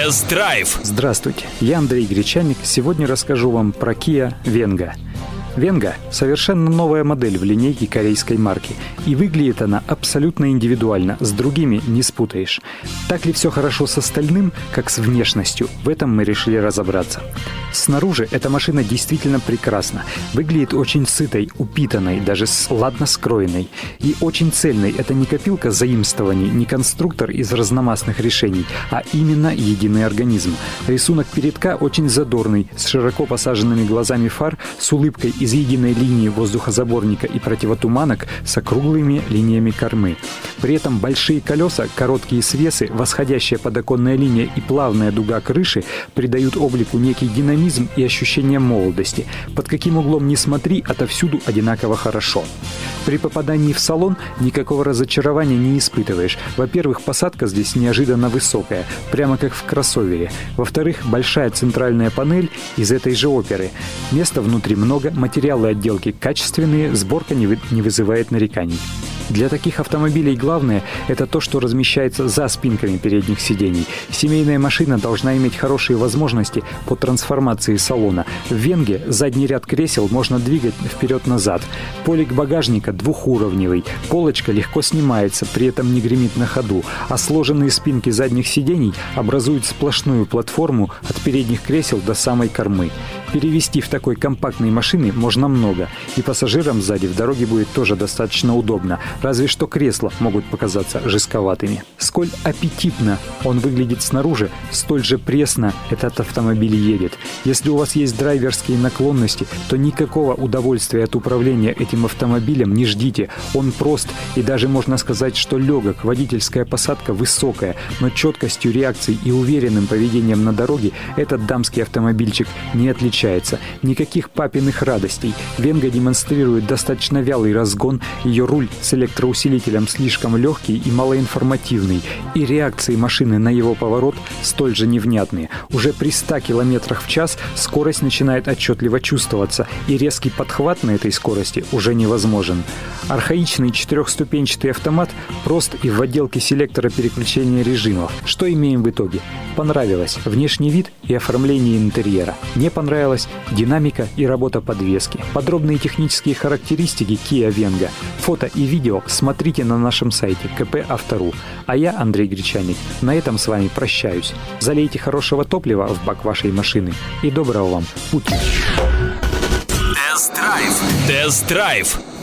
Тест-драйв. Здравствуйте, я Андрей Гречаник. Сегодня расскажу вам про Kia Venga. Venga – совершенно новая модель в линейке корейской марки. И выглядит она абсолютно индивидуально, с другими не спутаешь. Так ли все хорошо с остальным, как с внешностью? В этом мы решили разобраться. Снаружи эта машина действительно прекрасна. Выглядит очень сытой, упитанной, даже ладно скроенной. И очень цельной. Это не копилка заимствований, не конструктор из разномастных решений, а именно единый организм. Рисунок передка очень задорный, с широко посаженными глазами фар, с улыбкой из единой линии воздухозаборника и противотуманок с округлыми линиями кормы. При этом большие колеса, короткие свесы, восходящая подоконная линия и плавная дуга крыши придают облику некий динамизм и ощущение молодости. Под каким углом ни смотри, отовсюду одинаково хорошо. При попадании в салон никакого разочарования не испытываешь. Во-первых, посадка здесь неожиданно высокая, прямо как в кроссовере. Во-вторых, большая центральная панель из этой же оперы. Места внутри много, материалы отделки качественные, сборка не вызывает нареканий. Для таких автомобилей главное – это то, что размещается за спинками передних сидений. Семейная машина должна иметь хорошие возможности по трансформации салона. В Венге задний ряд кресел можно двигать вперед-назад. Полик багажника двухуровневый. Полочка легко снимается, при этом не гремит на ходу. А сложенные спинки задних сидений образуют сплошную платформу от передних кресел до самой кормы. Перевести в такой компактной машине можно много. И пассажирам сзади в дороге будет тоже достаточно удобно. Разве что кресла могут показаться жестковатыми. Сколь аппетитно он выглядит снаружи, столь же пресно этот автомобиль едет. Если у вас есть драйверские наклонности, то никакого удовольствия от управления этим автомобилем не ждите. Он прост и даже можно сказать, что легок. Водительская посадка высокая, но четкостью реакций и уверенным поведением на дороге этот дамский автомобильчик не отличается. Никаких папиных радостей. Венга демонстрирует достаточно вялый разгон, ее руль с электроусилителем слишком легкий и малоинформативный, и реакции машины на его поворот столь же невнятные. Уже при 100 км в час скорость начинает отчетливо чувствоваться, и резкий подхват на этой скорости уже невозможен. Архаичный четырехступенчатый автомат прост и в отделке селектора переключения режимов. Что имеем в итоге? Понравилось внешний вид и оформление интерьера. Не понравилась динамика и работа подвески. Подробные технические характеристики Kia Venga, фото и видео смотрите на нашем сайте kp.auto.ru. А я, Андрей Гречаник, на этом с вами прощаюсь. Залейте хорошего топлива в бак вашей машины и доброго вам пути. Тест-драйв. Тест-драйв.